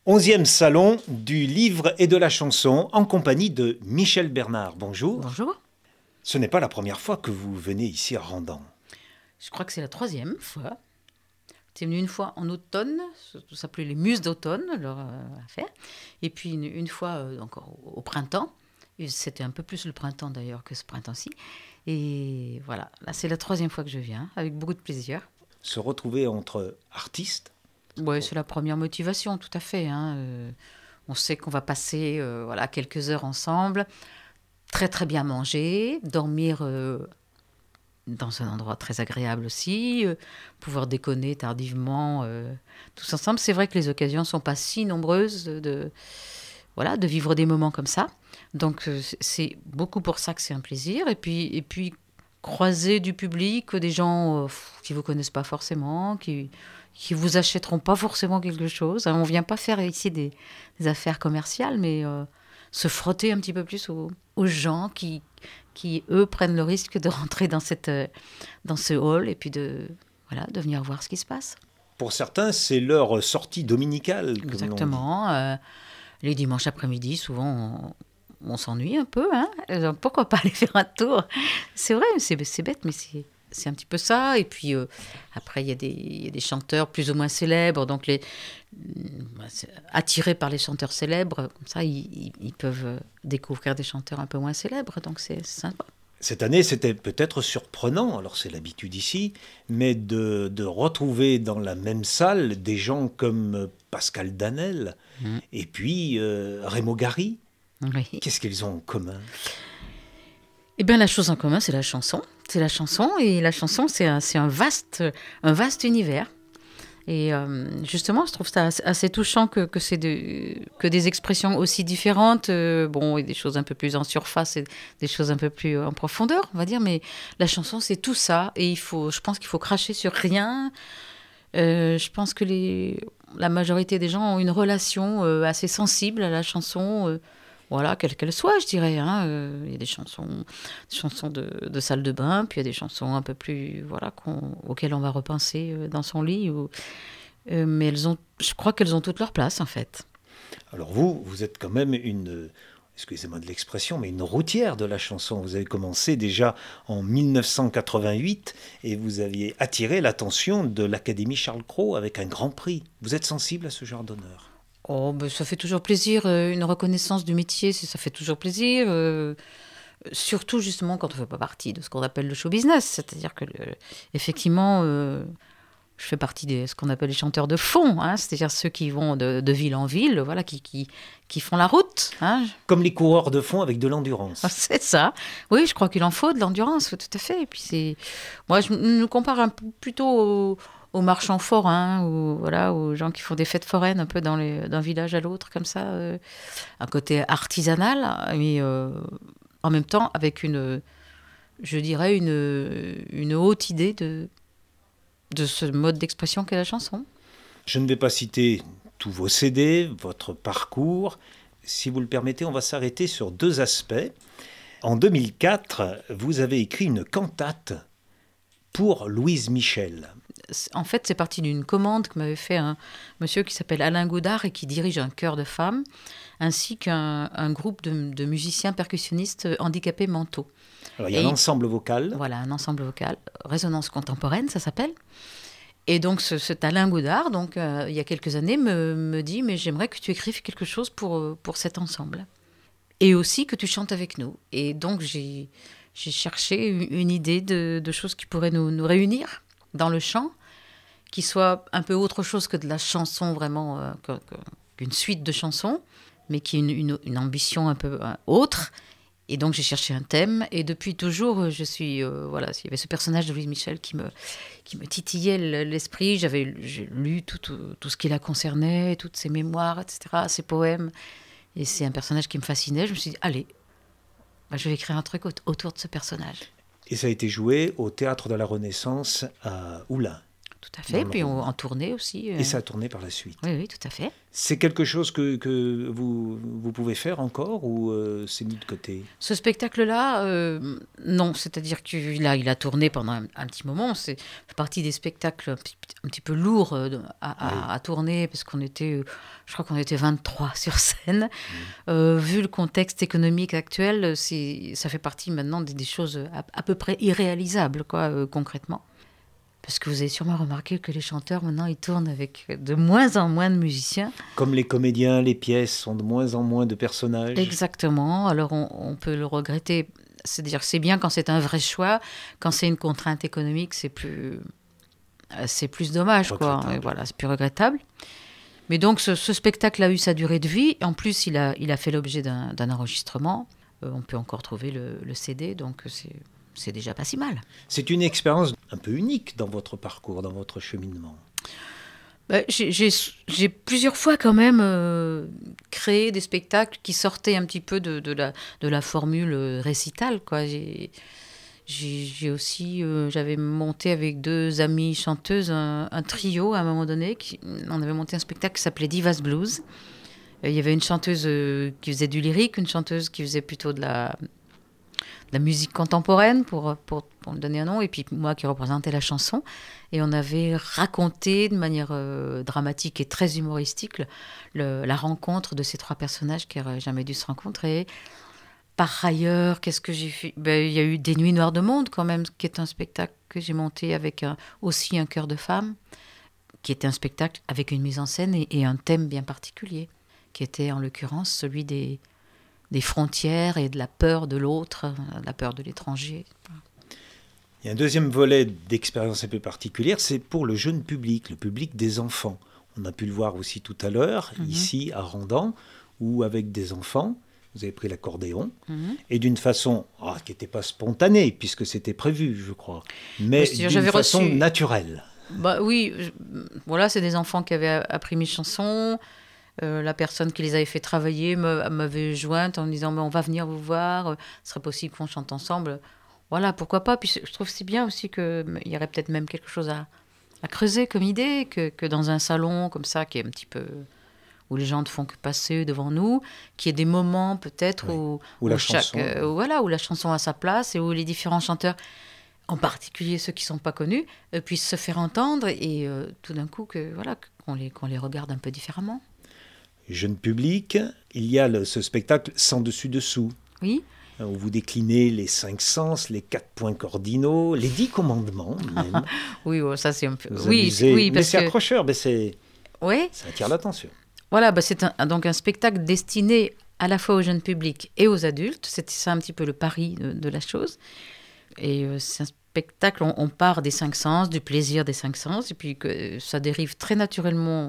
11e salon du livre et de la chanson en compagnie de Michel Bernard. Bonjour. Bonjour. Ce n'est pas la première fois que vous venez ici à Randan. Je crois que c'est la 3e fois. C'est venu une fois en automne, ça s'appelait les Muses d'automne, leur affaire. Et puis une fois encore au printemps. Et c'était un peu plus le printemps d'ailleurs que ce printemps-ci. Et voilà, là c'est la 3e fois que je viens, avec beaucoup de plaisir. Se retrouver entre artistes. Oui, c'est la première motivation, tout à fait. On sait qu'on va passer quelques heures ensemble, très très bien manger, dormir dans un endroit très agréable aussi, pouvoir déconner tardivement tous ensemble. C'est vrai que les occasions ne sont pas si nombreuses de vivre des moments comme ça. Donc c'est beaucoup pour ça que c'est un plaisir. Et puis croiser du public, des gens qui ne vous connaissent pas forcément, qui vous achèteront pas forcément quelque chose. On ne vient pas faire ici des affaires commerciales, mais se frotter un petit peu plus aux gens qui, eux, prennent le risque de rentrer dans ce hall et puis de venir voir ce qui se passe. Pour certains, c'est leur sortie dominicale. Exactement. Les dimanches après-midi, souvent, on s'ennuie un peu. Donc, pourquoi pas aller faire un tour? C'est vrai, c'est bête, mais c'est un petit peu ça. Et puis, après, il y a des chanteurs plus ou moins célèbres. Donc, attirés par les chanteurs célèbres, comme ça, ils peuvent découvrir des chanteurs un peu moins célèbres. Donc, c'est sympa. Cette année, c'était peut-être surprenant, alors c'est l'habitude ici, mais de retrouver dans la même salle des gens comme Pascal Danel et puis Raymond Gary. Oui. Qu'est-ce qu'ils ont en commun? Eh bien, la chose en commun, c'est la chanson. C'est la chanson, et la chanson, c'est un vaste univers. Et justement, je trouve ça assez touchant que des expressions aussi différentes, et des choses un peu plus en surface et des choses un peu plus en profondeur, on va dire, mais la chanson, c'est tout ça, et je pense qu'il faut cracher sur rien. Je pense que la majorité des gens ont une relation assez sensible à la chanson, quelle qu'elle soit, je dirais. Il y a des chansons de salle de bain, puis il y a des chansons un peu plus, auxquelles on va repenser dans son lit. Mais je crois qu'elles ont toute leur place, en fait. Alors vous êtes quand même excusez-moi de l'expression, mais une routière de la chanson. Vous avez commencé déjà en 1988 et vous aviez attiré l'attention de l'Académie Charles Cros avec un grand prix. Vous êtes sensible à ce genre d'honneur? Oh, ça fait toujours plaisir, une reconnaissance du métier, ça fait toujours plaisir, surtout justement quand on ne fait pas partie de ce qu'on appelle le show business, c'est-à-dire que effectivement, je fais partie de ce qu'on appelle les chanteurs de fond, c'est-à-dire ceux qui vont de ville en ville, qui font la route. Comme les coureurs de fond avec de l'endurance. C'est ça. Oui, je crois qu'il en faut de l'endurance, tout à fait. Et puis moi, je me compare un peu plutôt aux marchands forains, aux gens qui font des fêtes foraines un peu d'un village à l'autre, comme ça, un côté artisanal, mais en même temps avec une haute idée de ce mode d'expression qu'est la chanson. Je ne vais pas citer tous vos CD, votre parcours. Si vous le permettez, on va s'arrêter sur 2 aspects. En 2004, vous avez écrit une cantate pour Louise Michel. En fait, c'est parti d'une commande que m'avait fait un monsieur qui s'appelle Alain Goudard et qui dirige un chœur de femmes, ainsi qu'un groupe de musiciens percussionnistes handicapés mentaux. Alors, il y a un ensemble vocal. Voilà, un ensemble vocal. Résonance contemporaine, ça s'appelle. Et donc, cet Alain Goudard, il y a quelques années, me dit « Mais j'aimerais que tu écrives quelque chose pour cet ensemble. Et aussi que tu chantes avec nous. » Et donc, j'ai cherché une idée de choses qui pourraient nous réunir dans le chant, qui soit un peu autre chose que de la chanson, vraiment, qu'une suite de chansons, mais qui ait une ambition un peu autre. Et donc j'ai cherché un thème, et depuis toujours il y avait ce personnage de Louise Michel qui me titillait l'esprit. J'ai lu tout ce qui la concernait, toutes ses mémoires, etc., ses poèmes, et c'est un personnage qui me fascinait. Je me suis dit, allez, je vais écrire un truc autour de ce personnage. Et ça a été joué au Théâtre de la Renaissance à Oulin. tout à fait. Dans le Puis rôle. en tournée aussi. Et ça a tourné par la suite. Oui, oui, tout à fait. C'est quelque chose que vous pouvez faire encore ou c'est mis de côté? Ce spectacle-là, non, c'est-à-dire qu'il a tourné pendant un petit moment. C'est fait partie des spectacles un petit peu lourds à tourner, parce je crois qu'on était 23 sur scène. Vu le contexte économique actuel, ça fait partie maintenant des choses à peu près irréalisables, quoi, concrètement. Parce que vous avez sûrement remarqué que les chanteurs, maintenant, ils tournent avec de moins en moins de musiciens. Comme les comédiens, les pièces sont de moins en moins de personnages. Exactement. Alors, on peut le regretter. C'est-à-dire que c'est bien quand c'est un vrai choix. Quand c'est une contrainte économique, c'est plus dommage, quoi. Et voilà, c'est plus regrettable. Mais donc, ce spectacle a eu sa durée de vie. En plus, il a fait l'objet d'un enregistrement. On peut encore trouver le CD, donc c'est déjà pas si mal. C'est une expérience un peu unique dans votre parcours, dans votre cheminement. J'ai plusieurs fois quand même créé des spectacles qui sortaient un petit peu de la formule récitale, quoi. J'ai aussi, j'avais monté avec 2 amies chanteuses un trio à un moment donné. On avait monté un spectacle qui s'appelait Divas Blues. Il y avait une chanteuse qui faisait du lyrique, une chanteuse qui faisait plutôt de la musique contemporaine, pour me donner un nom, et puis moi qui représentais la chanson. Et on avait raconté de manière dramatique et très humoristique la rencontre de ces 3 personnages qui n'auraient jamais dû se rencontrer. Par ailleurs, qu'est-ce que j'ai fait? Il y a eu Des Nuits Noires de Monde, quand même, qui est un spectacle que j'ai monté avec aussi un chœur de femmes, qui était un spectacle avec une mise en scène et un thème bien particulier, qui était en l'occurrence celui des frontières et de la peur de l'autre, la peur de l'étranger. Il y a un deuxième volet d'expérience un peu particulière, c'est pour le jeune public, le public des enfants. On a pu le voir aussi tout à l'heure, ici à Randan, où avec des enfants, vous avez pris l'accordéon, et d'une façon qui n'était pas spontanée, puisque c'était prévu, je crois, mais d'une façon naturelle. Oui, voilà, c'est des enfants qui avaient appris mes chansons. La personne qui les avait fait travailler m'avait jointe en me disant on va venir vous voir, ce serait possible qu'on chante ensemble. Voilà, pourquoi pas. Puis je trouve c'est bien aussi qu'il y aurait peut-être même quelque chose à creuser comme idée, que dans un salon comme ça, qui est un petit peu où les gens ne font que passer devant nous, qu'il y ait des moments peut-être où la chanson a sa place et où les différents chanteurs, en particulier ceux qui ne sont pas connus, puissent se faire entendre et tout d'un coup qu'on les regarde un peu différemment. Jeune public, il y a ce spectacle Sans dessus-dessous. Oui. Où vous déclinez les 5 sens, les 4 points cardinaux, les 10 commandements même. Oui, ça c'est un peu... Oui, mais c'est accrocheur, mais ça attire l'attention. Voilà, c'est donc un spectacle destiné à la fois au jeune public et aux adultes. C'est ça un petit peu le pari de la chose. Et c'est un spectacle, on part des 5 sens, du plaisir des 5 sens, et puis que ça dérive très naturellement,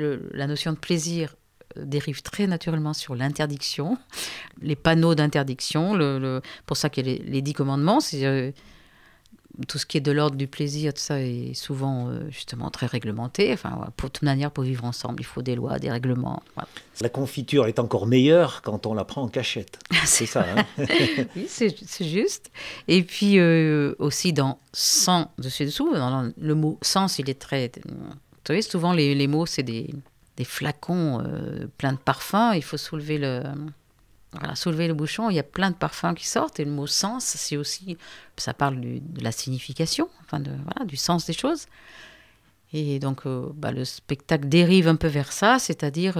la notion de plaisir dérive très naturellement sur l'interdiction, les panneaux d'interdiction, pour ça qu'il y a les 10 commandements, c'est tout ce qui est de l'ordre du plaisir, tout ça est souvent justement très réglementé. Enfin, de toute manière, pour vivre ensemble, il faut des lois, des règlements. Voilà. La confiture est encore meilleure quand on la prend en cachette. C'est ça, hein? Oui, c'est juste. Et puis aussi dans sans dessus-dessous, le mot sens, il est très... Vous savez, souvent les mots, c'est des flacons pleins de parfums. Il faut soulever le bouchon. Il y a plein de parfums qui sortent. Et le mot sens, c'est aussi... Ça parle de la signification, du sens des choses. Et donc, le spectacle dérive un peu vers ça, c'est-à-dire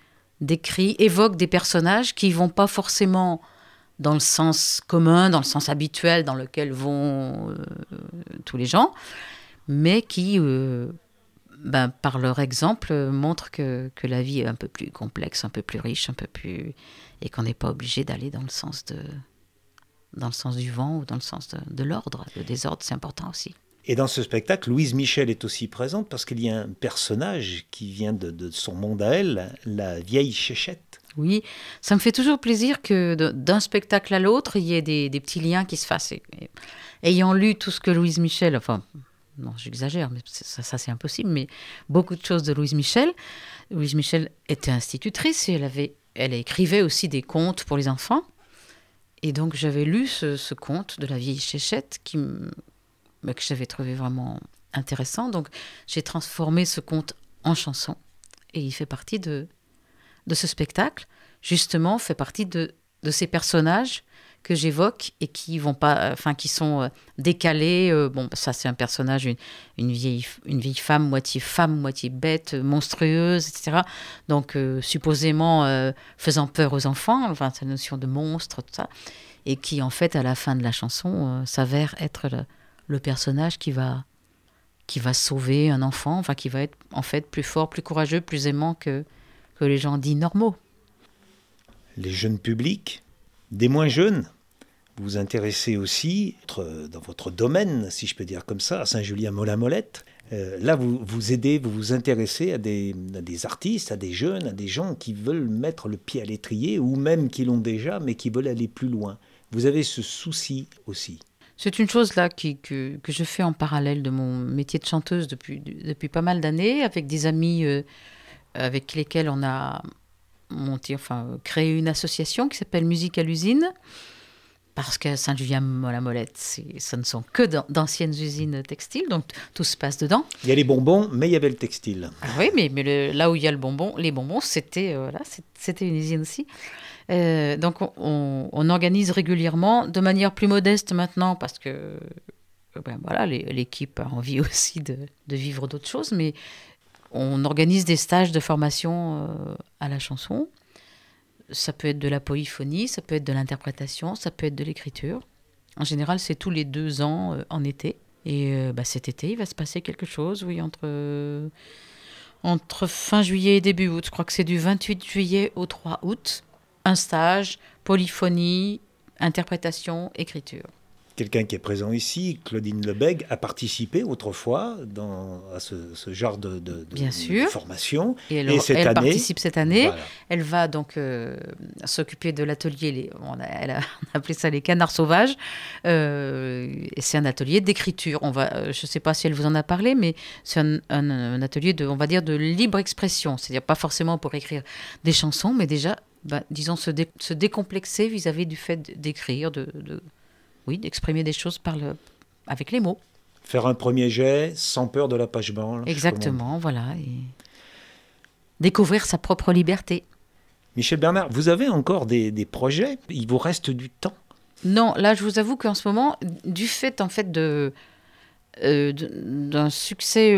évoque des personnages qui ne vont pas forcément dans le sens commun, dans le sens habituel dans lequel vont tous les gens, mais qui... par leur exemple, montre que la vie est un peu plus complexe, un peu plus riche, et qu'on n'est pas obligé d'aller dans le sens du vent ou dans le sens de l'ordre. Le désordre, c'est important aussi. Et dans ce spectacle, Louise Michel est aussi présente parce qu'il y a un personnage qui vient de son monde à elle, la vieille Chéchette. Oui, ça me fait toujours plaisir que d'un spectacle à l'autre, il y ait des petits liens qui se fassent. Ayant lu tout ce que Louise Michel... Non, j'exagère, mais ça c'est impossible, mais beaucoup de choses de Louise Michel. Louise Michel était institutrice et elle écrivait aussi des contes pour les enfants. Et donc j'avais lu ce conte de la vieille Chéchette que j'avais trouvé vraiment intéressant. Donc, j'ai transformé ce conte en chanson et il fait partie de ce spectacle. Justement, fait partie de ces personnages que j'évoque et qui vont pas, qui sont décalés. Ça c'est un personnage, une vieille femme, moitié bête, monstrueuse, etc. Donc supposément faisant peur aux enfants, cette notion de monstre, tout ça, et qui en fait à la fin de la chanson s'avère être le personnage qui va sauver un enfant, qui va être en fait plus fort, plus courageux, plus aimant que les gens dits normaux. Les jeunes publics, des moins jeunes, vous vous intéressez aussi, dans votre domaine, si je peux dire comme ça, à Saint-Julien-Molin-Molette. Là, vous aidez, vous vous intéressez à des artistes, à des jeunes, à des gens qui veulent mettre le pied à l'étrier, ou même qui l'ont déjà, mais qui veulent aller plus loin. Vous avez ce souci aussi. C'est une chose là que je fais en parallèle de mon métier de chanteuse depuis pas mal d'années, avec des amis avec lesquels on a créé une association qui s'appelle Musique à l'usine, parce que Saint-Julien-Molin-Molette, ce ne sont que d'anciennes usines textiles, donc tout se passe dedans. Il y a les bonbons, mais il y avait le textile. Ah oui, mais là où il y a les bonbons, c'était une usine aussi. Donc on organise régulièrement, de manière plus modeste maintenant, parce que l'équipe a envie aussi de vivre d'autres choses, mais on organise des stages de formation à la chanson. Ça peut être de la polyphonie, ça peut être de l'interprétation, ça peut être de l'écriture. En général, c'est tous les 2 ans en été. Et cet été, il va se passer quelque chose, oui, entre fin juillet et début août. Je crois que c'est du 28 juillet au 3 août. Un stage, polyphonie, interprétation, écriture. Quelqu'un qui est présent ici, Claudine Lebègue, a participé autrefois à ce genre de formation. Et elle participe cette année. Voilà. Elle va donc s'occuper de l'atelier, on a appelé ça les canards sauvages. Et c'est un atelier d'écriture. je ne sais pas si elle vous en a parlé, mais c'est un atelier de libre expression. C'est-à-dire pas forcément pour écrire des chansons, mais déjà, disons, se décomplexer vis-à-vis du fait d'écrire, d'exprimer des choses avec les mots. Faire un premier jet sans peur de la page blanche. Exactement, voilà. Et découvrir sa propre liberté. Michel Bernard, vous avez encore des projets? Il vous reste du temps? Non, là, je vous avoue qu'en ce moment, du fait, en fait, d'un succès...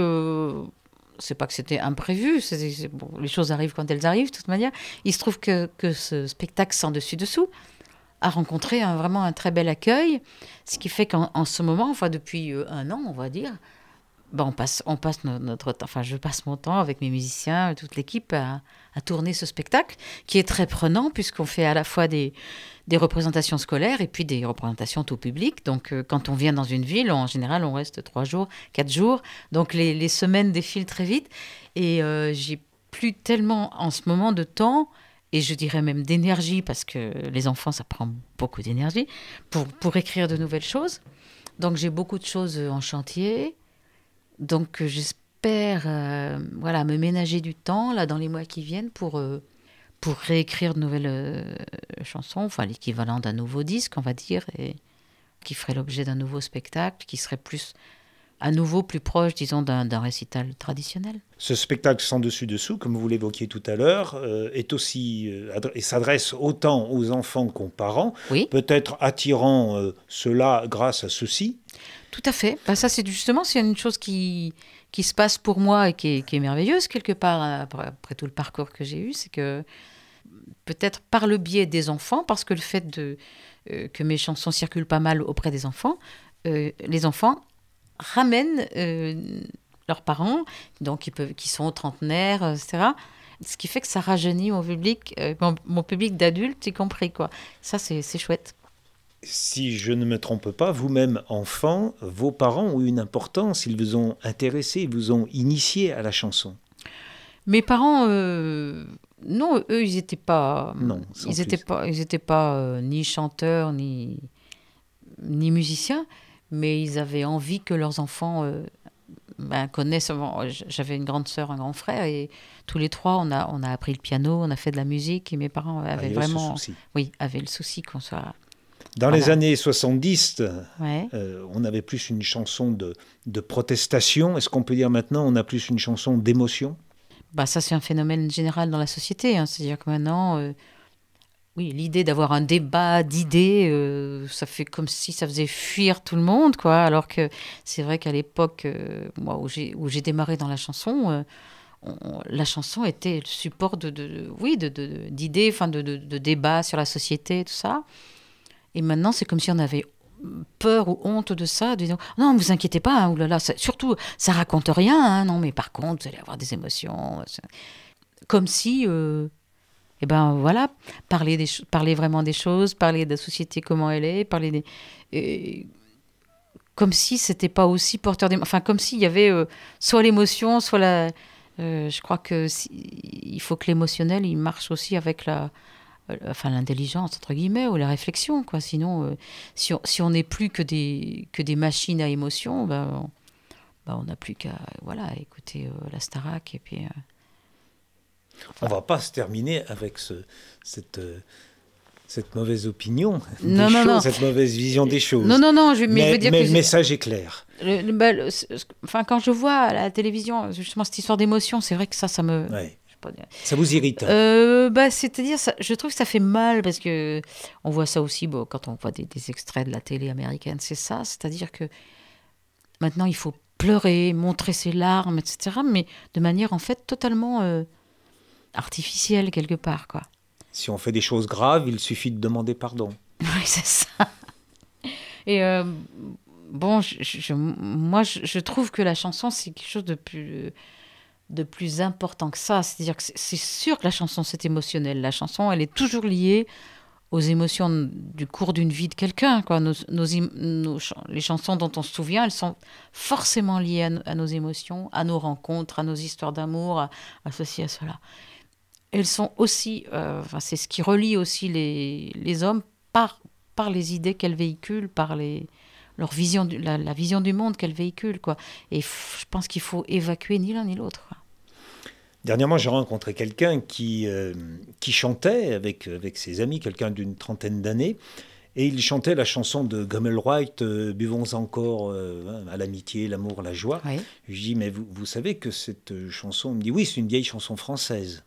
c'est pas que c'était imprévu, les choses arrivent quand elles arrivent, de toute manière. Il se trouve que ce spectacle Sans dessus dessous a rencontré vraiment un très bel accueil, ce qui fait qu'en ce moment, depuis 1 an, on va dire, on passe notre temps, je passe mon temps avec mes musiciens, toute l'équipe, à tourner ce spectacle, qui est très prenant, puisqu'on fait à la fois des représentations scolaires et puis des représentations tout public. Donc, quand on vient dans une ville, en général, on reste 3 jours, 4 jours. Donc, les semaines défilent très vite. Et j'ai plus tellement, en ce moment, de temps, et je dirais même d'énergie, parce que les enfants, ça prend beaucoup d'énergie, pour écrire de nouvelles choses. Donc, j'ai beaucoup de choses en chantier. Donc, j'espère me ménager du temps là, dans les mois qui viennent pour réécrire de nouvelles chansons, l'équivalent d'un nouveau disque, on va dire, et qui ferait l'objet d'un nouveau spectacle, qui serait à nouveau plus proche, disons, d'un récital traditionnel. Ce spectacle Sans dessus-dessous, comme vous l'évoquiez tout à l'heure, est aussi et s'adresse autant aux enfants qu'aux parents, oui. Peut-être attirant cela grâce à ceci. Tout à fait. Ça, c'est une chose qui se passe pour moi et qui est merveilleuse, quelque part, après tout le parcours que j'ai eu, c'est que peut-être par le biais des enfants, parce que le fait que mes chansons circulent pas mal auprès des enfants, les enfants ramènent leurs parents, donc qui sont trentenaires, etc. Ce qui fait que ça rajeunit mon public, mon public d'adultes y compris, quoi. Ça, c'est chouette. Si je ne me trompe pas, vous-même enfant, vos parents ont eu une importance, ils vous ont intéressé, ils vous ont initié à la chanson. Mes parents, non, eux, ils n'étaient pas, ils étaient pas ni chanteurs ni musiciens, mais ils avaient envie que leurs enfants connaissent. J'avais une grande sœur, un grand frère, et tous les 3, on a appris le piano, on a fait de la musique, et mes parents avaient avaient le souci qu'on soit Dans les années 70, Ouais. on avait plus une chanson de protestation. Est-ce qu'on peut dire maintenant on a plus une chanson d'émotion? Bah, ça, c'est un phénomène général dans la société, hein. C'est-à-dire que maintenant, oui, l'idée d'avoir un débat d'idées, ça fait comme si ça faisait fuir tout le monde, quoi. Alors que c'est vrai qu'à l'époque, moi, où j'ai démarré dans la chanson, la chanson était le support oui, d'idées, enfin, de débats sur la société, tout ça. Et maintenant, c'est comme si on avait peur ou honte de ça, de dire non, vous inquiétez pas, hein, oulala, surtout, ça raconte rien, hein, non, mais par contre, vous allez avoir des émotions. Comme si, eh ben voilà, parler vraiment des choses, parler de la société, comment elle est, euh, comme si c'était pas aussi porteur d'émotion, enfin, comme s'il y avait soit l'émotion, soit la. Je crois que il faut que l'émotionnel, il marche aussi avec enfin l'intelligence entre guillemets ou la réflexion, quoi. Sinon si on n'est plus que des machines à émotion, on n'a plus qu'à voilà écouter la Starac et puis On va pas se terminer avec cette, cette mauvaise opinion des non non choses, non cette mauvaise vision des choses. non mais je veux dire mais que le message est clair. enfin quand je vois à la télévision justement cette histoire d'émotion, c'est vrai que ça me Ouais. je sais pas dire. Ça vous irrite? C'est-à-dire, je trouve que ça fait mal parce que on voit ça aussi quand on voit des extraits de la télé américaine. C'est ça, c'est-à-dire que maintenant il faut pleurer, montrer ses larmes, etc. Mais de manière en fait totalement artificielle quelque part, quoi. Si on fait des choses graves, il suffit de demander pardon. Oui, c'est ça. Et bon, moi, je trouve que la chanson, c'est quelque chose de plus important que ça. C'est-à-dire que c'est sûr que la chanson, c'est émotionnel. La chanson, elle est toujours liée aux émotions du cours d'une vie de quelqu'un, quoi. Les chansons dont on se souvient, elles sont forcément liées à nos émotions, à nos rencontres, à nos histoires d'amour, à ceci, à cela. Elles sont aussi, c'est ce qui relie aussi les hommes par les idées qu'elles véhiculent, par leur vision, la vision du monde qu'elles véhiculent, quoi. Et je pense qu'il faut évacuer ni l'un ni l'autre, quoi. Dernièrement, j'ai rencontré quelqu'un qui chantait avec ses amis, quelqu'un d'une trentaine d'années, et il chantait la chanson de Gummel Wright, Buvons encore à l'amitié, l'amour, la joie. Oui. Je dis, mais vous savez que cette chanson, il me dit, oui, c'est une vieille chanson française.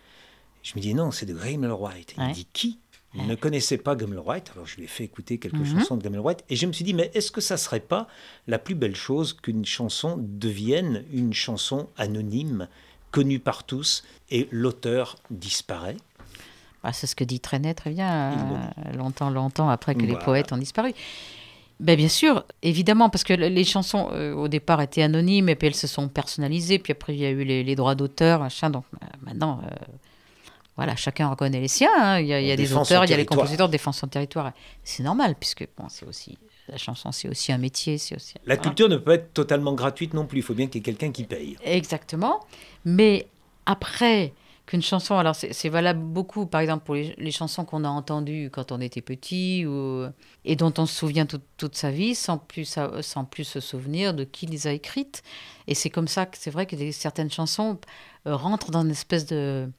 Je me dis, non, c'est de Gummel Wright. Il me dit, qui? Il ne connaissait pas Gummel Wright, alors je lui ai fait écouter quelques chansons de Gummel Wright, et je me suis dit, mais est-ce que ça ne serait pas la plus belle chose qu'une chanson devienne une chanson anonyme, connue par tous, et l'auteur disparaît? C'est ce que dit Trenet très bien, longtemps après que les Voilà. poètes ont disparu. Bien sûr, évidemment, parce que les chansons, au départ, étaient anonymes, et puis elles se sont personnalisées, puis après, il y a eu les droits d'auteur, machin, donc maintenant... Voilà, chacun reconnaît les siens, hein. Il y a des auteurs, il y a les compositeurs, défendent son territoire. C'est normal, puisque c'est aussi la chanson, c'est aussi un métier, c'est aussi. La culture ne peut pas être totalement gratuite non plus. Il faut bien qu'il y ait quelqu'un qui paye. Exactement. Mais après qu'une chanson, alors c'est valable beaucoup, par exemple pour les chansons qu'on a entendues quand on était petit et dont on se souvient toute sa vie, sans plus se souvenir de qui les a écrites. Et c'est comme ça que c'est vrai que certaines chansons rentrent dans une espèce de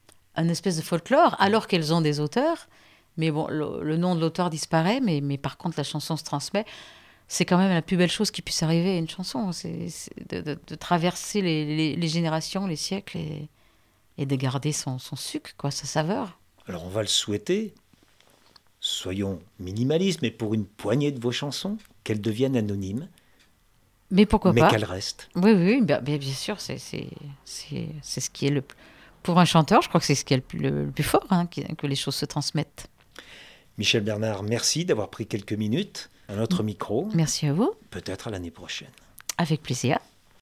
folklore, alors qu'elles ont des auteurs. Mais bon, le nom de l'auteur disparaît, mais par contre, la chanson se transmet. C'est quand même la plus belle chose qui puisse arriver à une chanson. C'est de traverser les générations, les siècles, et de garder son sucre, quoi, sa saveur. Alors, on va le souhaiter. Soyons minimalistes, mais pour une poignée de vos chansons, qu'elles deviennent anonymes. Mais pourquoi pas. Mais qu'elles restent. Oui, bien sûr, c'est ce qui est le... Pour un chanteur, je crois que c'est ce qui est le plus fort, hein, que les choses se transmettent. Michel Bernard, merci d'avoir pris quelques minutes à notre micro. Merci à vous. Peut-être à l'année prochaine. Avec plaisir.